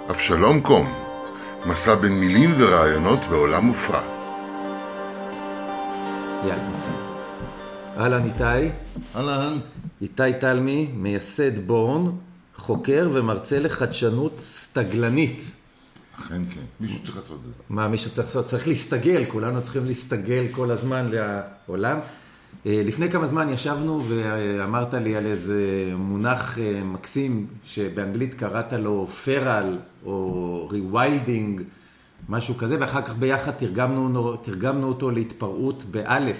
אבשלום קום, מסע בין מילים ורעיונות בעולם מופרע. יאללה. אהלן איתי. אהלן. איתי תלמי, מייסד בורן, חוקר ומרצה לחדשנות סטגלנית. אכן כן, מישהו צריך לעשות את זה. מה מישהו צריך לעשות? צריך להסתגל, כולנו צריכים להסתגל כל הזמן לעולם. לפני כמה זמן ישבנו ואמרת לי על איזה מונח מקסים שבאנגלית קראת לו פרל או ריווילדינג, משהו כזה, ואחר כך ביחד תרגמנו אותו להתפרעות באלף,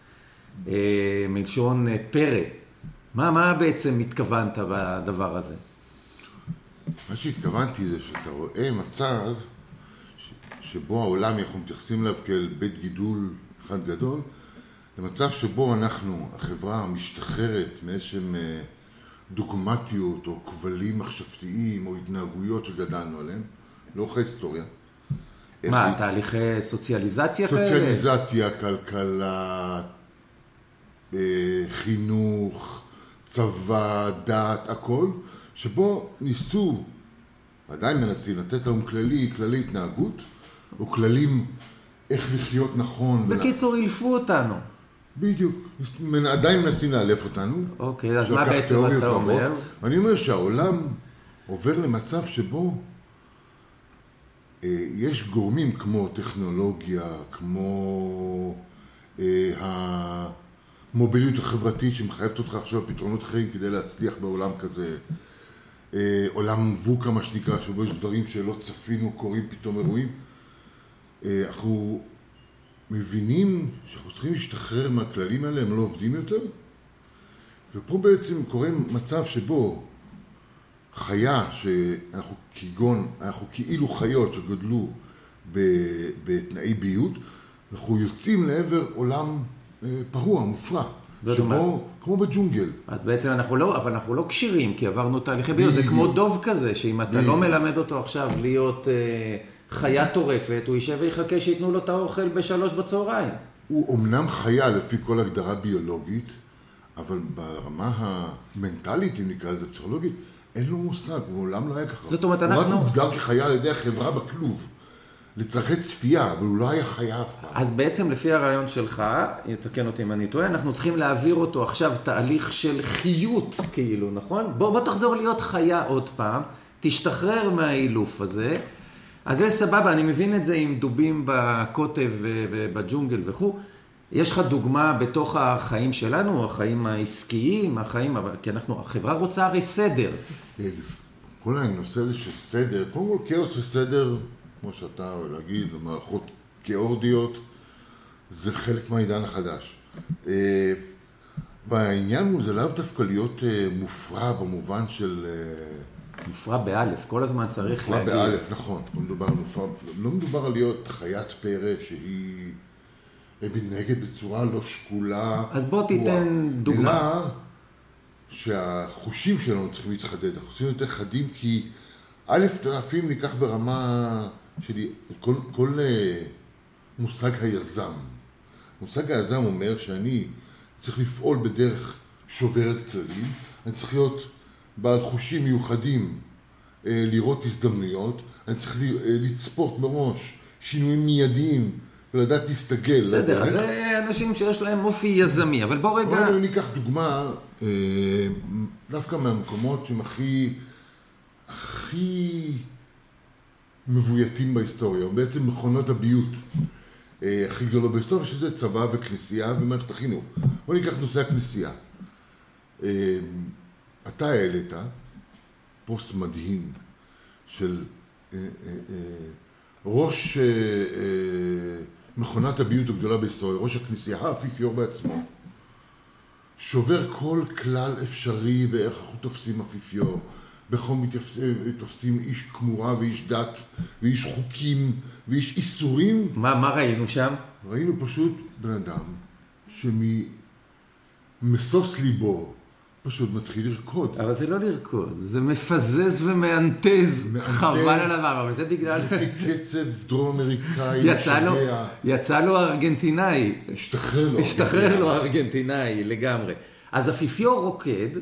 מלשון פרא. מה בעצם התכוונת בדבר הזה? מה שהתכוונתי זה שאתה רואה מצב שבו העולם אנחנו מתייחסים אליו כאל בית גידול אחד גדול, למצב שבו אנחנו, החברה משתחררת מאיזשהם דוגמטיות או כבלים מחשבתיים או התנהגויות שגדלנו עליהן, לאורך ההיסטוריה. מה, תהליכי סוציאליזציה כאלה? סוציאליזציה, כלכלה, חינוך, צבא, דת, הכל, שבו ניסו, עדיין מנסים לתת לנו כללי התנהגות, או כללים איך לחיות נכון. בקיצור, אילפו אותנו. בדיוק, עדיין מנסים לאלף אותנו. אוקיי, אז מה בעצם אתה אומר? אני אומר שהעולם עובר למצב שבו יש גורמים כמו טכנולוגיה, כמו המוביליות החברתית שמחייבת אותך עכשיו פתרונות חיים כדי להצליח בעולם כזה. עולם ווקה מה שנקרא, שבו יש דברים שלא צפינו, קוראים פתאום אירועים. אנחנו מבינים שאנחנו צריכים להשתחרר מהכללים האלה, הם לא עובדים יותר. ופה בעצם קורה מצב שבו חיה שאנחנו אנחנו כאילו חיות שגדלו בתנאי ביות, אנחנו יוצאים לעבר עולם פרוע, מופרע. שבו, כמו בג'ונגל. אז בעצם אנחנו לא קשירים, כי עברנו תהליכי ביות. זה כמו דוב כזה, שאם אתה לא מלמד אותו עכשיו להיות חיה טורפת, הוא יישב ויחכה שיתנו לו את האוכל ב3 בצהריים. הוא אומנם חיה לפי כל הגדרה ביולוגית, אבל ברמה המנטלית, אם נקרא לזה פסיכולוגית, אין לו מושג, הוא עולם לא היה ככה. זאת אומרת, הוא רק מוגדר כחיה על ידי החברה בכלוב. לצרכי צפייה, אבל הוא לא היה חיה אף פעם. אז בעצם לפי הרעיון שלך, יתקן אותי אם אני טועה, אנחנו צריכים להעביר אותו עכשיו תהליך של חיות, כאילו, נכון? בוא תחזור להיות חיה עוד פעם, תשתחרר מהאילוף הזה, אז זה סבבה, אני מבין את זה עם דובים בקוטב ובג'ונגל וכו'. יש לך דוגמה בתוך החיים שלנו, החיים העסקיים, כי החברה רוצה הרי סדר. כל הנושא הזה של סדר, קודם כל כאוס וסדר, כמו שאתה אוהב להגיד, מערכות כאורדיות, זה חלק מהעידן החדש. והעניין הוא, זה לאו דווקא להיות מופרע במובן של... מופרע באלף, כל הזמן צריך להגיד. מופרע באלף, נכון. לא מדובר על להיות חיית פרא שהיא מנהגת בצורה לא שקולה. אז בוא תיתן דוגמה. אלא שהחושים שלנו צריכים להתחדד. החושים יותר חדים כי א' תרפים ניקח ברמה שלי, כל מושג היזם. מושג היזם אומר שאני צריך לפעול בדרך שוברת כללים, אני צריך להיות בעל חושים מיוחדים, לראות הזדמנויות, אני צריך לצפות מראש שינויים מיידיים ולדעת להסתגל. בסדר, אז זה אנשים שיש להם אופי יזמי, אבל בוא רגע... אני אקח דוגמה דווקא מהמקומות שהם הכי מבויתים בהיסטוריה, בעצם מכונות הביות הכי גדולות בהיסטוריה, שזה צבא וכנסייה ומערכת החינוך. בוא ניקח נושא הכנסייה. אתה העלית פוסט מדהים של ראש מכונת הביות הגדולה בהיסטוריה, ראש הכנסייה, האפיפיור בעצמו, שובר כל כלל אפשרי באיך אנחנו תופסים אפיפיור, בכל תופסים איש כמורה ואיש דת ואיש חוקים ואיש איסורים. מה ראינו שם? ראינו פשוט בן אדם שמסוס ליבו פשוט מתחיל לרקוד. אבל זה לא לרקוד, זה מפזז ומאנטז, חבל על דבר, אבל זה בגלל... לפי קצב דרום אמריקאי משגע. יצא לו ארגנטינאי. השתחרר לו. השתחרר לו ארגנטינאי לגמרי. אז אפיפיור רוקד,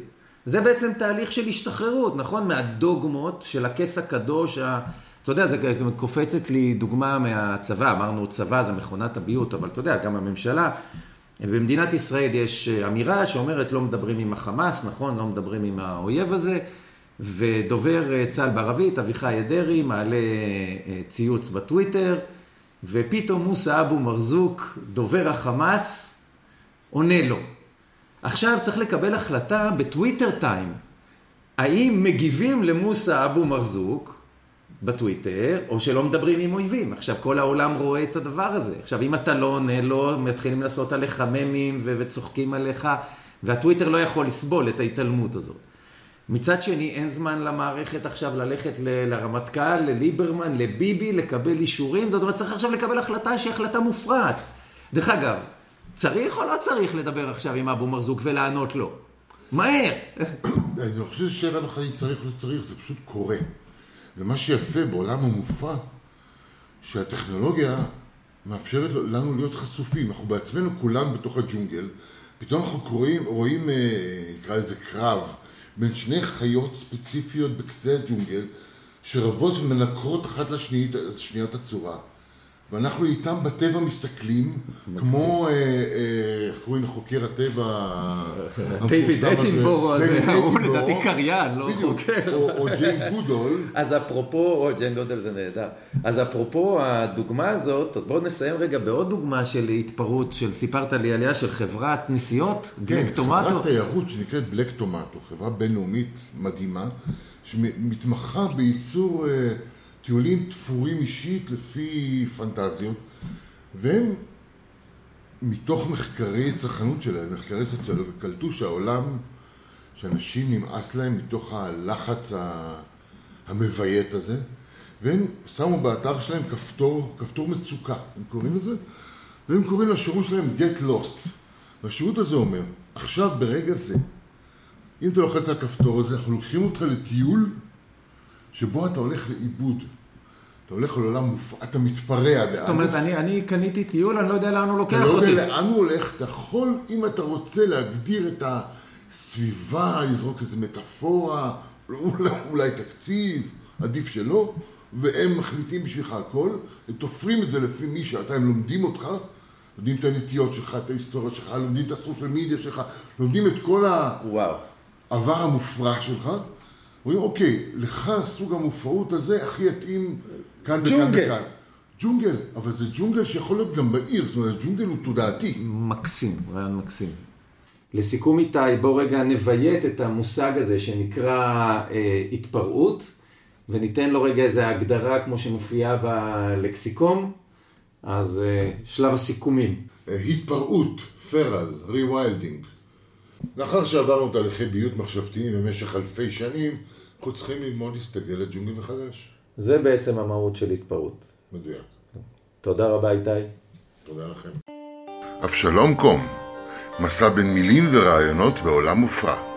זה בעצם תהליך של השתחררות, נכון? מהדוגמות של הכס הקדוש. אתה יודע, זה קופצת לי דוגמה מהצבא, אמרנו צבא זה מכונת הביוט, אבל אתה יודע, גם הממשלה, במדינת ישראל יש אמירה שאומרת לא מדברים עם החמאס, נכון? לא מדברים עם האויב הזה, ודובר צה"ל בערבית, אביחי אדרי, מעלה ציוץ בטוויטר, ופתאום מוסא אבו מרזוק, דובר החמאס, עונה לו. עכשיו צריך לקבל החלטה בטוויטר טיים, האם מגיבים למוסא אבו מרזוק בטוויטר, או שלא מדברים עם אויבים. עכשיו כל העולם רואה את הדבר הזה. עכשיו אם אתה לא עונה לו, מתחילים לעשות עליך ממים וצוחקים עליך, והטוויטר לא יכול לסבול את ההתעלמות הזאת. מצד שני, אין זמן למערכת עכשיו ללכת לרמטכ"ל, לליברמן, לביבי, לקבל אישורים. זאת אומרת, צריך עכשיו לקבל החלטה שהיא החלטה מופרעת. דרך אגב, צריך או לא צריך לדבר עכשיו עם אבו מרזוק ולענות לו? מהר! אני חושב ששאלה לך אם צריך או לא צריך, זה פשוט קורה. ומה שיפה בעולם המופרע, שהטכנולוגיה מאפשרת לנו להיות חשופים. אנחנו בעצמנו כולם בתוך הג'ונגל, פתאום אנחנו רואים נקרא לזה קרב, בין שני חיות ספציפיות בקצה הג'ונגל, שרבות ומנקרות אחת לשנייה את הצורה. ואנחנו איתם בטבע מסתכלים, כמו, איך קוראים לחוקר הטבע דיוויד אטנבורו, הוא לדעתי קריין, לא חוקר. או ג'יין גודול. אז אפרופו, ג'יין גודול זה נהדר. אז אפרופו הדוגמה הזאת, אז בואו נסיים רגע בעוד דוגמה של התפרעות, סיפרת לי עליה של חברת נסיעות, בלק טומטו. חברת תיירות שנקראת בלק טומטו, חברה בינלאומית מדהימה, שמתמחה בייצור טיולים תפורים אישית לפי פנטזיות, והם מתוך מחקרי צרכנות שלהם, מחקרי סוציולוגיה, קלטו שהעולם, שאנשים נמאס להם מתוך הלחץ המבייט הזה, והם שמו באתר שלהם כפתור מצוקה, הם קוראים לזה, והם קוראים לשירות שלהם Get Lost. והשירות הזה אומר, עכשיו ברגע זה, אם אתה לוחץ על הכפתור הזה, אנחנו לוקחים אותך לטיול, שבו אתה הולך לאיבוד. אתה הולך לעולם מופרע, אתה מתפרע. זאת אומרת, אני קניתי טיול, אני לא יודע לאן הוא לוקח אותי. אתה לא יודע לאן הוא הולך, אתה יכול, אם אתה רוצה להגדיר את הסביבה, לזרוק איזו מטאפורה, אולי תקציב, עדיף שלא, והם מחליטים בשבילך הכל, הם תופרים את זה לפי מי שאתה, הם לומדים אותך, לומדים את הנטיות שלך, את ההיסטוריה שלך, לומדים את הסושיאל מדיה שלך, לומדים את כל העבר המופרע שלך, אומרים, אוקיי, לך סוג המופרעות הזה הכי יתאים כאן וכאן וכאן. ג'ונגל, אבל זה ג'ונגל שיכול להיות גם בעיר, זאת אומרת, ג'ונגל הוא תודעתי. מקסים, רעיון מקסים. לסיכום איתי, בוא רגע נבייט את המושג הזה שנקרא התפרעות, וניתן לו רגע איזו הגדרה כמו שמופיעה בלקסיקון, אז שלב הסיכומים. התפרעות, פרל, ריוויילדינג. לאחר שעברנו תהליכי ביות מחשבתיים במשך אלפי שנים, אנחנו צריכים ללמוד להסתגל לג'ונגל מחדש. זה בעצם המהות של התפרעות. מדויק. תודה רבה איתי. תודה לכם. אבשלום קום, מסע בין מילים ורעיונות בעולם מופרע.